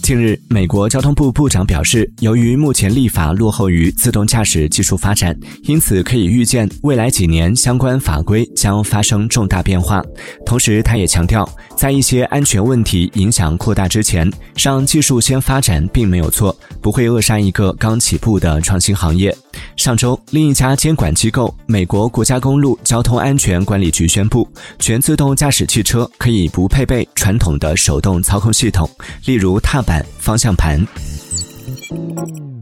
近日，美国交通部部长表示，由于目前立法落后于自动驾驶技术发展，因此可以预见未来几年相关法规将发生重大变化。同时，他也强调，在一些安全问题影响扩大之前，让技术先发展并没有错，不会扼杀一个刚起步的创新行业。上周，另一家监管机构美国国家公路交通安全管理局宣布，全自动驾驶汽车可以不配备传统的手动操控系统，例如踏板、方向盘。